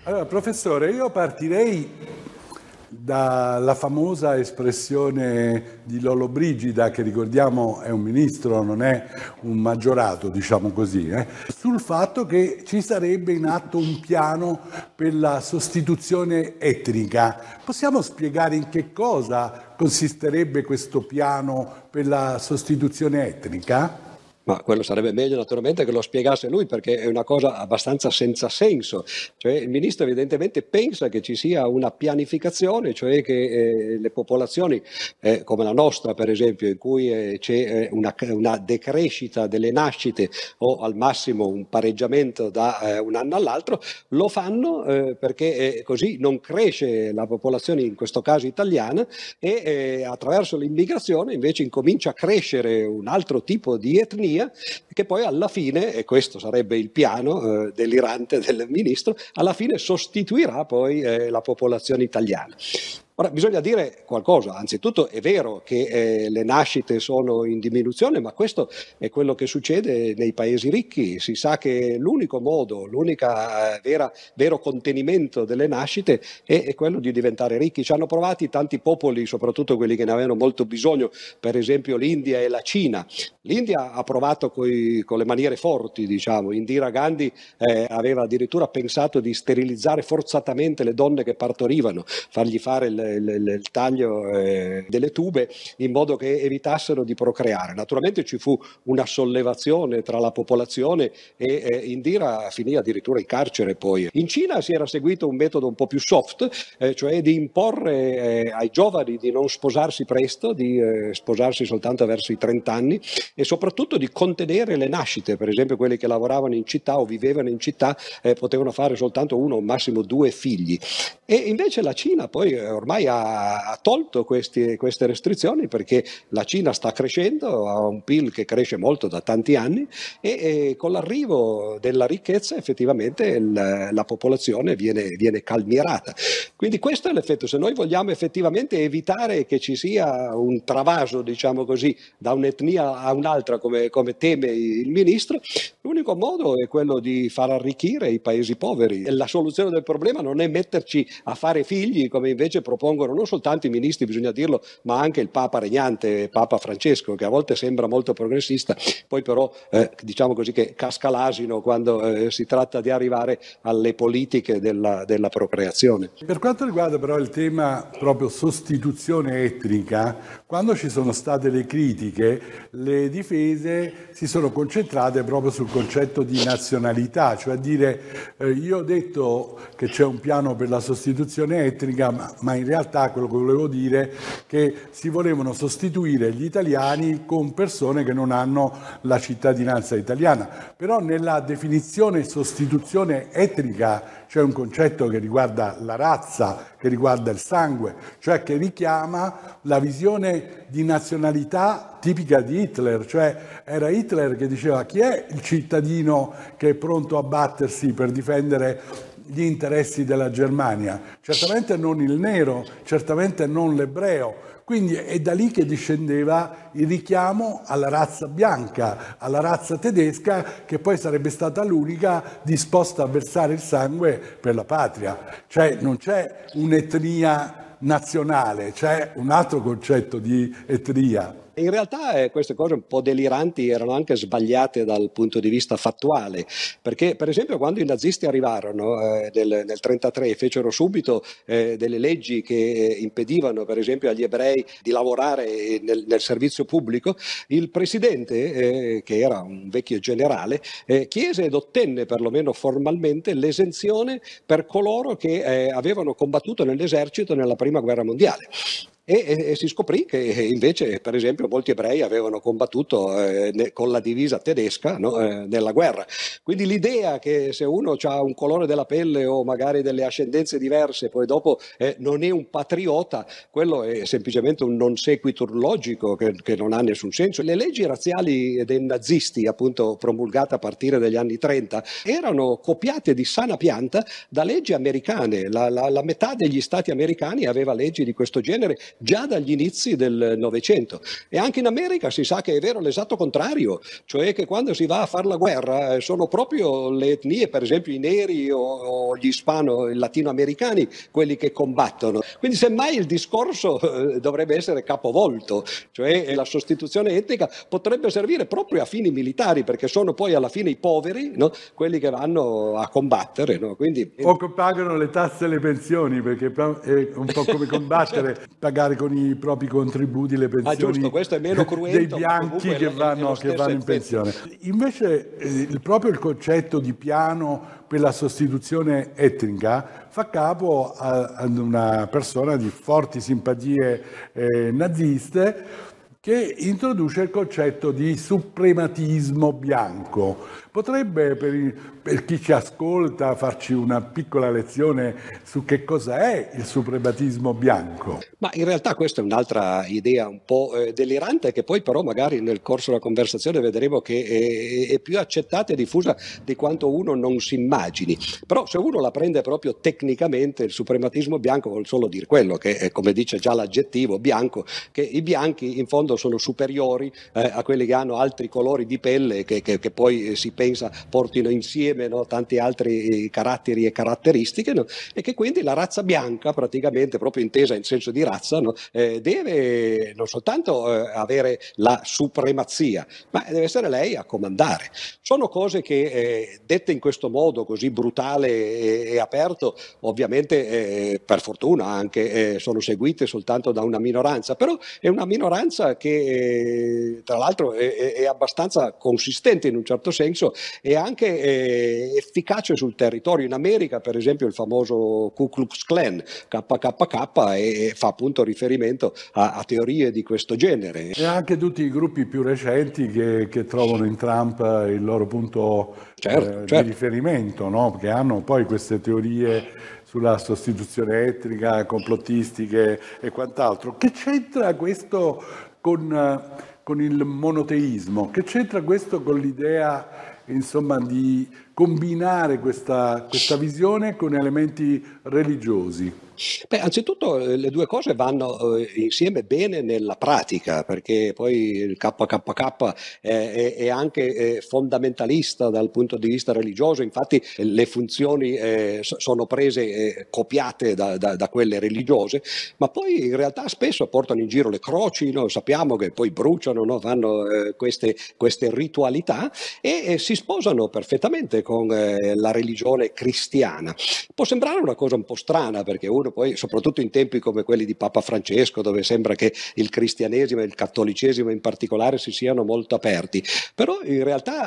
Allora, professore, io partirei dalla famosa espressione di Lollobrigida, che ricordiamo è un ministro, non è un maggiorato, diciamo così, sul fatto che ci sarebbe in atto un piano per la sostituzione etnica. Possiamo spiegare in che cosa consisterebbe questo piano per la sostituzione etnica? Ma quello sarebbe meglio naturalmente che lo spiegasse lui, perché è una cosa abbastanza senza senso. Cioè, il ministro evidentemente pensa che ci sia una pianificazione, cioè che le popolazioni come la nostra, per esempio, in cui c'è una decrescita delle nascite o al massimo un pareggiamento da un anno all'altro, lo fanno perché così non cresce la popolazione, in questo caso italiana, e attraverso l'immigrazione invece incomincia a crescere un altro tipo di etnia che poi alla fine, e questo sarebbe il piano delirante del ministro, alla fine sostituirà poi la popolazione italiana. Ora, bisogna dire qualcosa. Anzitutto è vero che le nascite sono in diminuzione, ma questo è quello che succede nei paesi ricchi. Si sa che l'unico modo, l'unica vero contenimento delle nascite è quello di diventare ricchi. Ci hanno provati tanti popoli, soprattutto quelli che ne avevano molto bisogno, per esempio l'India e la Cina. L'India ha provato con le maniere forti, diciamo. Indira Gandhi aveva addirittura pensato di sterilizzare forzatamente le donne che partorivano, fargli fare il taglio delle tube in modo che evitassero di procreare. Naturalmente ci fu una sollevazione tra la popolazione e Indira finì addirittura in carcere poi. In Cina si era seguito un metodo un po' più soft, cioè di imporre ai giovani di non sposarsi presto, di sposarsi soltanto verso i 30 anni e soprattutto di contenere le nascite. Per esempio quelli che lavoravano in città o vivevano in città potevano fare soltanto uno o massimo 2 figli. E invece la Cina poi ormai ha tolto queste restrizioni, perché la Cina sta crescendo, ha un PIL che cresce molto da tanti anni e con l'arrivo della ricchezza effettivamente la popolazione viene calmierata. Quindi questo è l'effetto. Se noi vogliamo effettivamente evitare che ci sia un travaso, diciamo così, da un'etnia a un'altra come teme il ministro, l'unico modo è quello di far arricchire i paesi poveri. La soluzione del problema non è metterci a fare figli, come invece propongono non soltanto i ministri, bisogna dirlo, ma anche il Papa regnante, Papa Francesco, che a volte sembra molto progressista, poi però diciamo così che casca l'asino quando si tratta di arrivare alle politiche della procreazione. Per quanto riguarda però il tema proprio sostituzione etnica, quando ci sono state le critiche, le difese si sono concentrate proprio sul concetto di nazionalità, cioè dire io ho detto che c'è un piano per la sostituzione etnica, ma in realtà quello che volevo dire è che si volevano sostituire gli italiani con persone che non hanno la cittadinanza italiana. Però nella definizione sostituzione etnica c'è un concetto che riguarda la razza, che riguarda il sangue, cioè che richiama la visione di nazionalità tipica di Hitler, cioè era Hitler che diceva chi è il cittadino che è pronto a battersi per difendere gli interessi della Germania? Certamente non il nero, certamente non l'ebreo. Quindi è da lì che discendeva il richiamo alla razza bianca, alla razza tedesca, che poi sarebbe stata l'unica disposta a versare il sangue per la patria. Cioè non c'è un'etnia nazionale, c'è un altro concetto di etnia. In realtà queste cose un po' deliranti erano anche sbagliate dal punto di vista fattuale, perché per esempio quando i nazisti arrivarono nel 1933 fecero subito delle leggi che impedivano per esempio agli ebrei di lavorare nel servizio pubblico, il presidente, che era un vecchio generale, chiese ed ottenne perlomeno formalmente l'esenzione per coloro che avevano combattuto nell'esercito nella Prima Guerra Mondiale. E si scoprì che invece, per esempio, molti ebrei avevano combattuto con la divisa tedesca, no? Nella guerra. Quindi l'idea che se uno ha un colore della pelle o magari delle ascendenze diverse, poi dopo non è un patriota, quello è semplicemente un non sequitur logico che non ha nessun senso. Le leggi razziali dei nazisti, appunto promulgate a partire dagli anni 30, erano copiate di sana pianta da leggi americane. La metà degli stati americani aveva leggi di questo genere già dagli inizi del Novecento. E anche in America si sa che è vero l'esatto contrario, cioè che quando si va a fare la guerra sono proprio le etnie, per esempio i neri o gli latinoamericani, quelli che combattono. Quindi semmai il discorso dovrebbe essere capovolto, cioè la sostituzione etnica potrebbe servire proprio a fini militari, perché sono poi alla fine i poveri, no? Quelli che vanno a combattere. No? Quindi... O che pagano le tasse e le pensioni, perché è un po' come combattere, certo. Pagare con i propri contributi le pensioni giusto, questo è meno cruento, dei bianchi che vanno in pensione. Invece proprio il concetto di piano per la sostituzione etnica fa capo ad una persona di forti simpatie naziste, che introduce il concetto di suprematismo bianco. Potrebbe, per chi ci ascolta, farci una piccola lezione su che cosa è il suprematismo bianco? Ma in realtà questa è un'altra idea un po' delirante, che poi però magari nel corso della conversazione vedremo che è più accettata e diffusa di quanto uno non si immagini. Però se uno la prende proprio tecnicamente, il suprematismo bianco vuol solo dire quello che è, come dice già l'aggettivo bianco, che i bianchi in fondo sono superiori a quelli che hanno altri colori di pelle che poi si pensa portino insieme, no, tanti altri caratteri e caratteristiche, no? E che quindi la razza bianca, praticamente proprio intesa in senso di razza, no, deve non soltanto avere la supremazia, ma deve essere lei a comandare. Sono cose che dette in questo modo così brutale e aperto, ovviamente per fortuna anche sono seguite soltanto da una minoranza, però è una minoranza che tra l'altro è abbastanza consistente in un certo senso e anche efficace sul territorio. In America, per esempio, il famoso Ku Klux Klan, KKK, fa appunto riferimento a teorie di questo genere. E anche tutti i gruppi più recenti che trovano in Trump il loro punto di riferimento, no? Che hanno poi queste teorie sulla sostituzione etnica, complottistiche e quant'altro. Che c'entra questo con il monoteismo? Che c'entra questo con l'idea, insomma, di combinare questa visione con elementi religiosi? Beh, anzitutto le due cose vanno insieme bene nella pratica, perché poi il KKK è anche fondamentalista dal punto di vista religioso, infatti le funzioni sono prese, copiate da quelle religiose, ma poi in realtà spesso portano in giro le croci, no? Sappiamo che poi bruciano, no? Fanno queste ritualità e si sposano perfettamente con la religione cristiana. Può sembrare una cosa un po' strana, perché uno poi, soprattutto in tempi come quelli di Papa Francesco, dove sembra che il cristianesimo e il cattolicesimo in particolare si siano molto aperti, però in realtà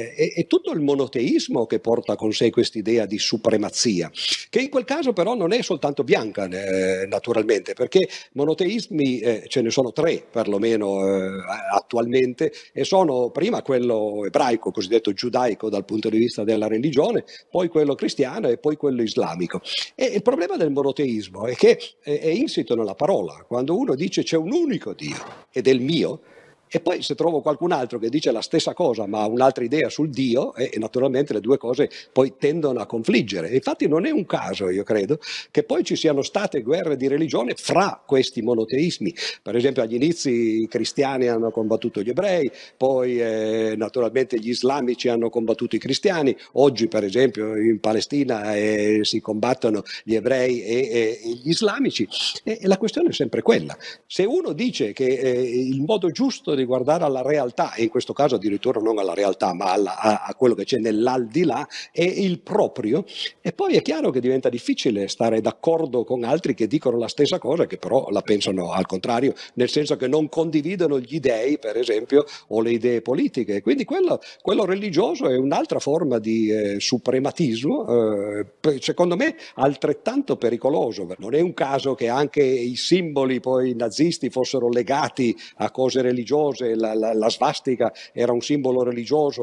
è tutto il monoteismo che porta con sé quest'idea di supremazia, che in quel caso però non è soltanto bianca, naturalmente, perché monoteismi ce ne sono tre perlomeno attualmente, e sono prima quello ebraico, cosiddetto giudaico dal punto di vista della religione, poi quello cristiano e poi quello islamico. E il problema del monoteismo è che è insito nella parola. Quando uno dice c'è un unico Dio ed è il mio, e poi se trovo qualcun altro che dice la stessa cosa ma ha un'altra idea sul Dio, e naturalmente le due cose poi tendono a confliggere. Infatti non è un caso, io credo, che poi ci siano state guerre di religione fra questi monoteismi. Per esempio agli inizi i cristiani hanno combattuto gli ebrei, poi naturalmente gli islamici hanno combattuto i cristiani. Oggi per esempio in Palestina si combattono gli ebrei e gli islamici, e la questione è sempre quella. Se uno dice che il modo giusto di guardare alla realtà, e in questo caso addirittura non alla realtà ma a quello che c'è nell'aldilà, è il proprio, e poi è chiaro che diventa difficile stare d'accordo con altri che dicono la stessa cosa, che però la pensano al contrario, nel senso che non condividono gli dei, per esempio, o le idee politiche. Quindi quello religioso è un'altra forma di suprematismo, secondo me altrettanto pericoloso. Non è un caso che anche i simboli poi nazisti fossero legati a cose religiose. La svastica era un simbolo religioso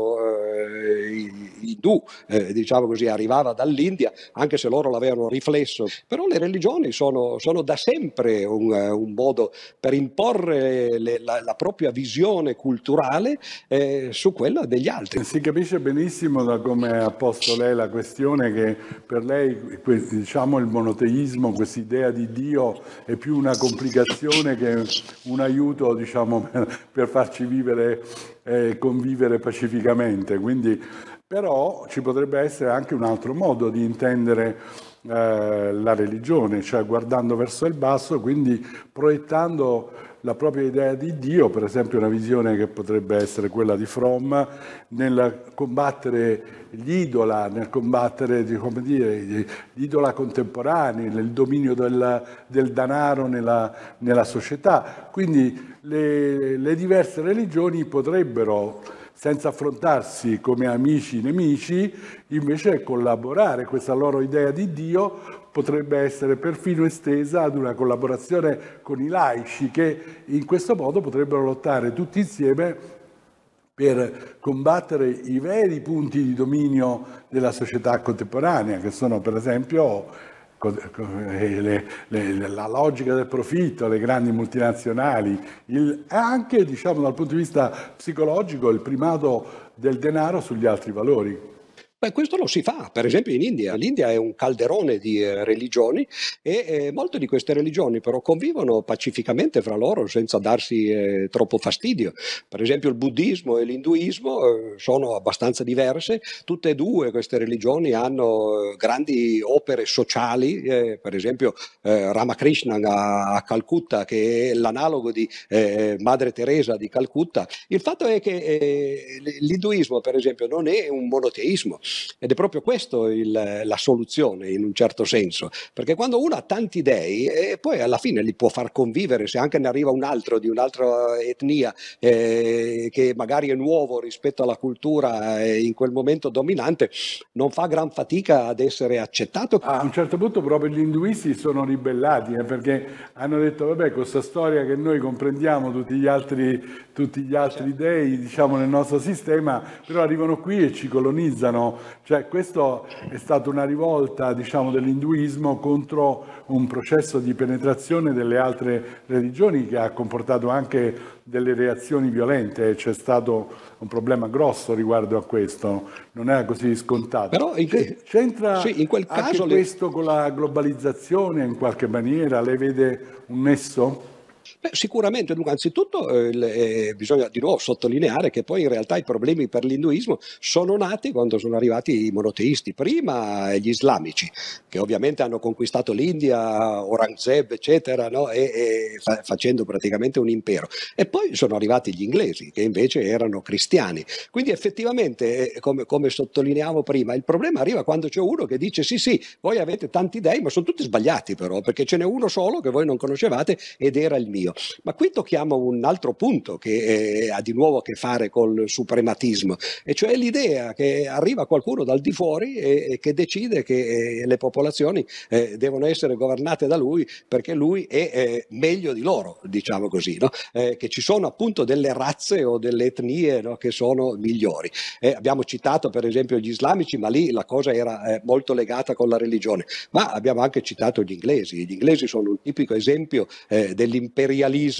indù, diciamo così, arrivava dall'India, anche se loro l'avevano riflesso. Però le religioni sono da sempre un modo per imporre la propria visione culturale su quella degli altri. Si capisce benissimo da come ha posto lei la questione che per lei diciamo, il monoteismo, questa idea di Dio è più una complicazione che un aiuto, diciamo, per farci vivere e convivere pacificamente. Quindi, però ci potrebbe essere anche un altro modo di intendere la religione, cioè guardando verso il basso, quindi proiettando la propria idea di Dio, per esempio una visione che potrebbe essere quella di Fromm, nel combattere l'idola, nel combattere come dire, gli idola contemporanei, nel dominio del denaro nella società. Quindi le diverse religioni potrebbero, senza affrontarsi come amici nemici, invece collaborare. Questa loro idea di Dio potrebbe essere perfino estesa ad una collaborazione con i laici che in questo modo potrebbero lottare tutti insieme per combattere i veri punti di dominio della società contemporanea, che sono per esempio la logica del profitto, le grandi multinazionali, anche diciamo, dal punto di vista psicologico il primato del denaro sugli altri valori. Beh, questo lo si fa, per esempio in India. L'India è un calderone di religioni e molte di queste religioni però convivono pacificamente fra loro senza darsi troppo fastidio. Per esempio il buddismo e l'induismo sono abbastanza diverse, tutte e due queste religioni hanno grandi opere sociali, per esempio Ramakrishnan a Calcutta, che è l'analogo di Madre Teresa di Calcutta. Il fatto è che l'induismo, per esempio, non è un monoteismo. Ed è proprio questo la soluzione in un certo senso, perché quando uno ha tanti dei poi alla fine li può far convivere, se anche ne arriva un altro di un'altra etnia che magari è nuovo rispetto alla cultura in quel momento dominante, non fa gran fatica ad essere accettato. A un certo punto proprio gli induisti sono ribellati perché hanno detto vabbè, questa storia che noi comprendiamo tutti gli altri dei, diciamo, nel nostro sistema, però arrivano qui e ci colonizzano. Cioè, questo è stata una rivolta, diciamo, dell'induismo contro un processo di penetrazione delle altre religioni che ha comportato anche delle reazioni violente. C'è stato un problema grosso riguardo a questo, non era così scontato. Però c'entra sì, in quel caso anche questo con la globalizzazione in qualche maniera? Lei vede un nesso? Beh, sicuramente, dunque, anzitutto bisogna di nuovo sottolineare che poi in realtà i problemi per l'induismo sono nati quando sono arrivati i monoteisti, prima gli islamici, che ovviamente hanno conquistato l'India, Aurangzeb, eccetera, no? Facendo praticamente un impero, e poi sono arrivati gli inglesi, che invece erano cristiani. Quindi effettivamente, come sottolineavo prima, il problema arriva quando c'è uno che dice sì, voi avete tanti dei, ma sono tutti sbagliati però, perché ce n'è uno solo che voi non conoscevate ed era il mio. Ma qui tocchiamo un altro punto che ha di nuovo a che fare col suprematismo, e cioè l'idea che arriva qualcuno dal di fuori e che decide che le popolazioni devono essere governate da lui perché lui è meglio di loro, diciamo così, no? Che ci sono appunto delle razze o delle etnie, no, che sono migliori. Abbiamo citato per esempio gli islamici, ma lì la cosa era molto legata con la religione, ma abbiamo anche citato gli inglesi. Gli inglesi sono un tipico esempio dell'imperialismo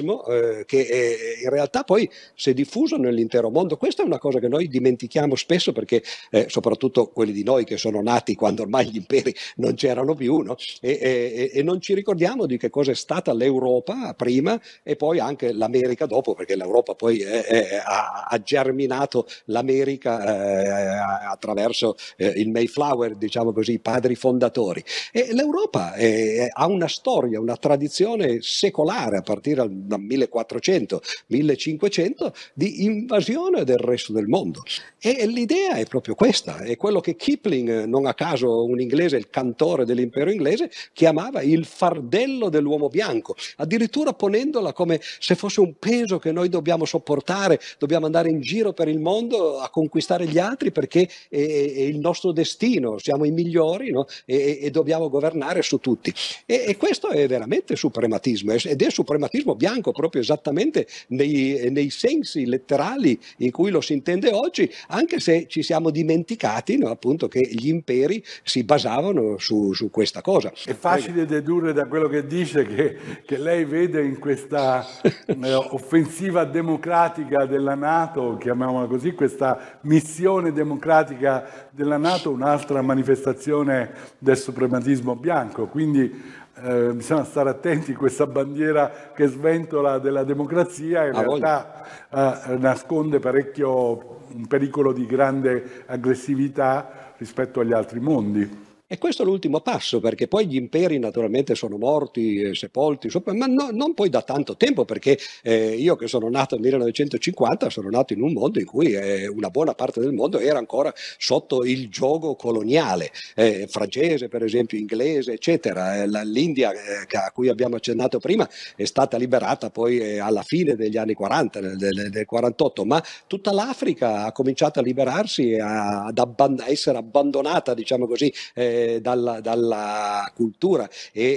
che in realtà poi si è diffuso nell'intero mondo. Questa è una cosa che noi dimentichiamo spesso perché soprattutto quelli di noi che sono nati quando ormai gli imperi non c'erano più, no? E non ci ricordiamo di che cosa è stata l'Europa prima e poi anche l'America dopo, perché l'Europa poi ha germinato l'America attraverso il Mayflower, diciamo così, i padri fondatori. E l'Europa ha una storia, una tradizione secolare a partire dal 1400-1500 di invasione del resto del mondo. E l'idea è proprio questa, è quello che Kipling, non a caso un inglese, il cantore dell'impero inglese, chiamava il fardello dell'uomo bianco, addirittura ponendola come se fosse un peso che noi dobbiamo sopportare, dobbiamo andare in giro per il mondo a conquistare gli altri perché è il nostro destino, siamo i migliori, no? E dobbiamo governare su tutti. E questo è veramente suprematismo, ed è suprematismo suprematismo bianco, proprio esattamente nei sensi letterali in cui lo si intende oggi, anche se ci siamo dimenticati, no, appunto, che gli imperi si basavano su questa cosa. È facile dedurre da quello che dice che lei vede in questa offensiva democratica della NATO, chiamiamola così, questa missione democratica della NATO, un'altra manifestazione del suprematismo bianco. Quindi bisogna stare attenti a questa bandiera che sventola della democrazia, in realtà nasconde parecchio un pericolo di grande aggressività rispetto agli altri mondi. E questo è l'ultimo passo, perché poi gli imperi naturalmente sono morti, sepolti, ma non poi da tanto tempo, perché io che sono nato nel 1950 sono nato in un mondo in cui una buona parte del mondo era ancora sotto il giogo coloniale, francese per esempio, inglese, eccetera. L'India, a cui abbiamo accennato prima, è stata liberata poi alla fine degli anni 40, del 48, ma tutta l'Africa ha cominciato a liberarsi, a essere abbandonata, diciamo così, dalla cultura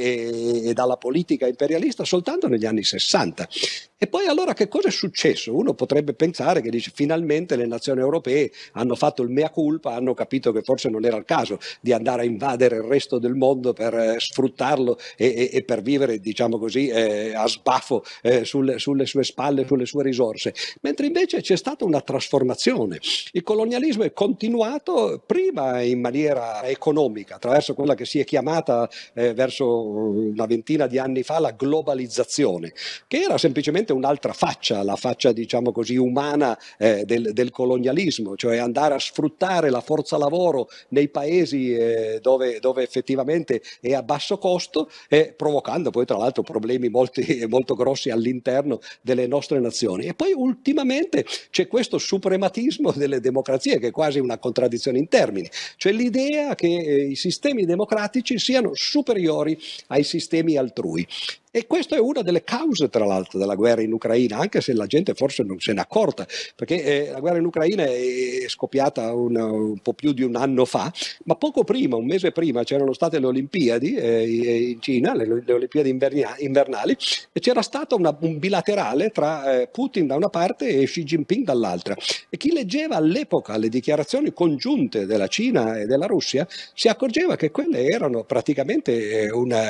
e dalla politica imperialista soltanto negli anni 60. E poi allora che cosa è successo? Uno potrebbe pensare che dice, finalmente le nazioni europee hanno fatto il mea culpa, hanno capito che forse non era il caso di andare a invadere il resto del mondo per sfruttarlo e per vivere, diciamo così, a sbaffo sulle sue spalle, sulle sue risorse. Mentre invece c'è stata una trasformazione. Il colonialismo è continuato prima in maniera economica, attraverso quella che si è chiamata verso una ventina di anni fa la globalizzazione, che era semplicemente un'altra faccia, la faccia, diciamo così, umana del colonialismo, cioè andare a sfruttare la forza lavoro nei paesi dove effettivamente è a basso costo, provocando poi tra l'altro problemi molto grossi all'interno delle nostre nazioni. E poi ultimamente c'è questo suprematismo delle democrazie, che è quasi una contraddizione in termini, cioè l'idea che i sistemi democratici siano superiori ai sistemi altrui. E questa è una delle cause, tra l'altro, della guerra in Ucraina, anche se la gente forse non se n'è accorta, perché la guerra in Ucraina è scoppiata un po' più di un anno fa, ma poco prima, un mese prima, c'erano state le Olimpiadi in Cina, le Olimpiadi invernali, e c'era stato un bilaterale tra Putin da una parte e Xi Jinping dall'altra. E chi leggeva all'epoca le dichiarazioni congiunte della Cina e della Russia si accorgeva che quelle erano praticamente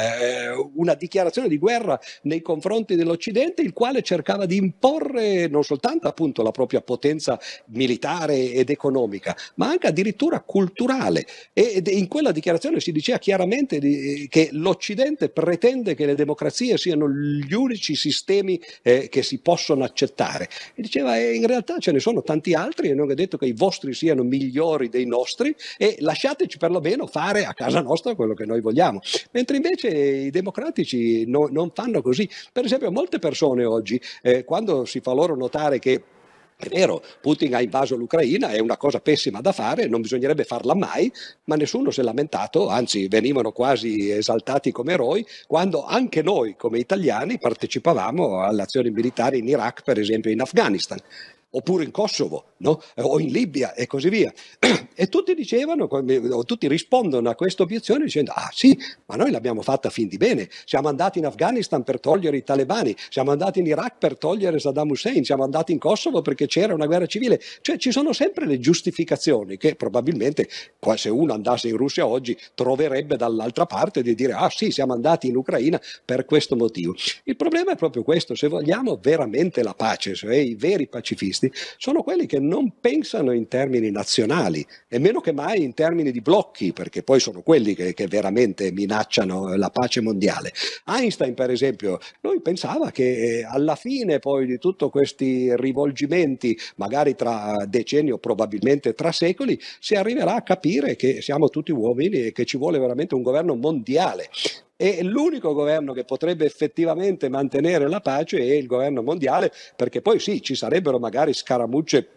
una dichiarazione di guerra nei confronti dell'Occidente, il quale cercava di imporre non soltanto appunto la propria potenza militare ed economica, ma anche addirittura culturale. E in quella dichiarazione si diceva chiaramente che l'Occidente pretende che le democrazie siano gli unici sistemi che si possono accettare. E diceva in realtà ce ne sono tanti altri e non è detto che i vostri siano migliori dei nostri, e lasciateci perlomeno fare a casa nostra quello che noi vogliamo. Mentre invece i democratici non fanno così. Per esempio, molte persone oggi, quando si fa loro notare che è vero, Putin ha invaso l'Ucraina, è una cosa pessima da fare, non bisognerebbe farla mai, ma nessuno si è lamentato, anzi venivano quasi esaltati come eroi, quando anche noi come italiani partecipavamo alle azioni militari in Iraq, per esempio in Afghanistan, oppure in Kosovo, no? O in Libia e così via. E tutti dicevano, o tutti rispondono a questa obiezione dicendo: ah sì, ma noi l'abbiamo fatta fin di bene, siamo andati in Afghanistan per togliere i talebani, siamo andati in Iraq per togliere Saddam Hussein, siamo andati in Kosovo perché c'era una guerra civile. Cioè ci sono sempre le giustificazioni che probabilmente, se uno andasse in Russia oggi, troverebbe dall'altra parte di dire: ah sì, siamo andati in Ucraina per questo motivo. Il problema è proprio questo: se vogliamo veramente la pace, cioè i veri pacifisti, sono quelli che non pensano in termini nazionali e meno che mai in termini di blocchi, perché poi sono quelli che veramente minacciano la pace mondiale. Einstein, per esempio, lui pensava che alla fine poi di tutti questi rivolgimenti, magari tra decenni o probabilmente tra secoli, si arriverà a capire che siamo tutti uomini e che ci vuole veramente un governo mondiale. E l'unico governo che potrebbe effettivamente mantenere la pace è il governo mondiale, perché poi sì, ci sarebbero magari scaramucce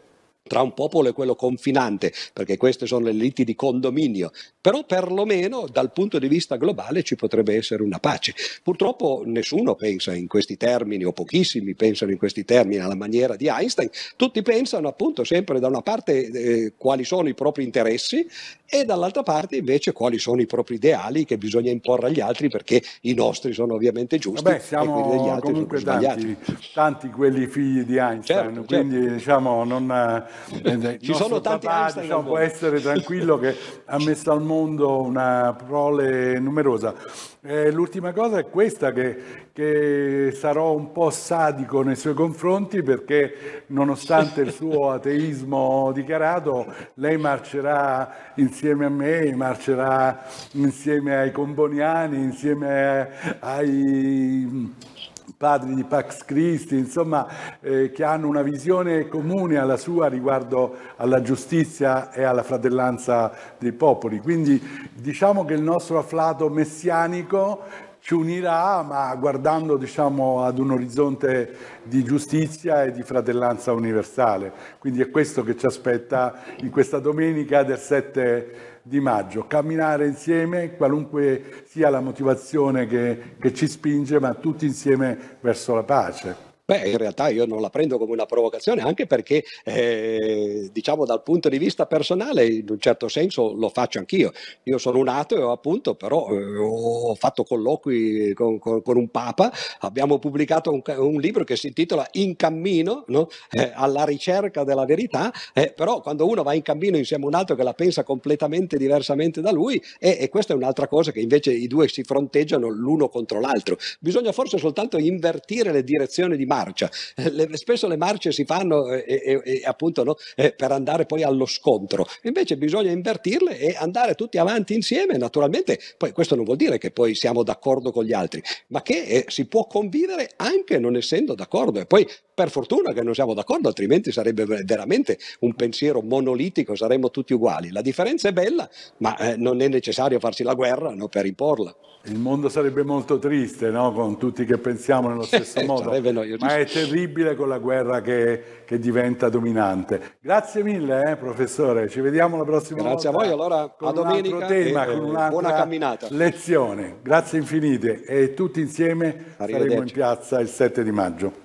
tra un popolo e quello confinante, perché queste sono le liti di condominio, però perlomeno dal punto di vista globale ci potrebbe essere una pace. Purtroppo nessuno pensa in questi termini, o pochissimi pensano in questi termini alla maniera di Einstein, tutti pensano appunto sempre da una parte quali sono i propri interessi e dall'altra parte invece quali sono i propri ideali che bisogna imporre agli altri, perché i nostri sono ovviamente giusti. Vabbè, E quelli degli siamo altri sono comunque sbagliati. tanti quelli figli di Einstein, Certo, quindi certo. diciamo il Ci sono nostro tanti papà, Einstein al diciamo, può mondo. essere tranquillo che ha messo al mondo una prole numerosa. L'ultima cosa è questa, che sarò un po' sadico nei suoi confronti, perché nonostante il suo ateismo dichiarato, lei marcerà insieme a me, marcerà insieme ai Comboniani, insieme ai padri di Pax Christi, insomma, che hanno una visione comune alla sua riguardo alla giustizia e alla fratellanza dei popoli. Quindi diciamo che il nostro afflato messianico ci unirà, ma guardando, diciamo, ad un orizzonte di giustizia e di fratellanza universale. Quindi è questo che ci aspetta in questa domenica del 7 di maggio, camminare insieme, qualunque sia la motivazione che ci spinge, ma tutti insieme verso la pace. Beh, in realtà io non la prendo come una provocazione, anche perché, diciamo, dal punto di vista personale, in un certo senso lo faccio anch'io. Io sono un ateo, appunto, però ho fatto colloqui con un papa, abbiamo pubblicato un libro che si intitola In cammino, no? Alla ricerca della verità, però quando uno va in cammino insieme a un altro che la pensa completamente diversamente da lui, e questa è un'altra cosa, che invece i due si fronteggiano l'uno contro l'altro. Bisogna forse soltanto invertire le direzioni di marcia. Spesso le marce si fanno appunto, no, per andare poi allo scontro, invece bisogna invertirle e andare tutti avanti insieme. Naturalmente poi questo non vuol dire che poi siamo d'accordo con gli altri, ma che si può convivere anche non essendo d'accordo, e poi per fortuna che non siamo d'accordo, altrimenti sarebbe veramente un pensiero monolitico, saremmo tutti uguali. La differenza è bella, ma non è necessario farsi la guerra, no, per imporla. Il mondo sarebbe molto triste, no? Con tutti che pensiamo nello stesso modo, Sarebbe noioso. ma è terribile con la guerra che diventa dominante. Grazie mille, professore, ci vediamo la prossima Grazie volta a voi, allora con a un altro domenica tema, e con buona un'altra camminata. lezione. Grazie infinite, e tutti insieme saremo in Arrivederci. piazza il 7 di maggio.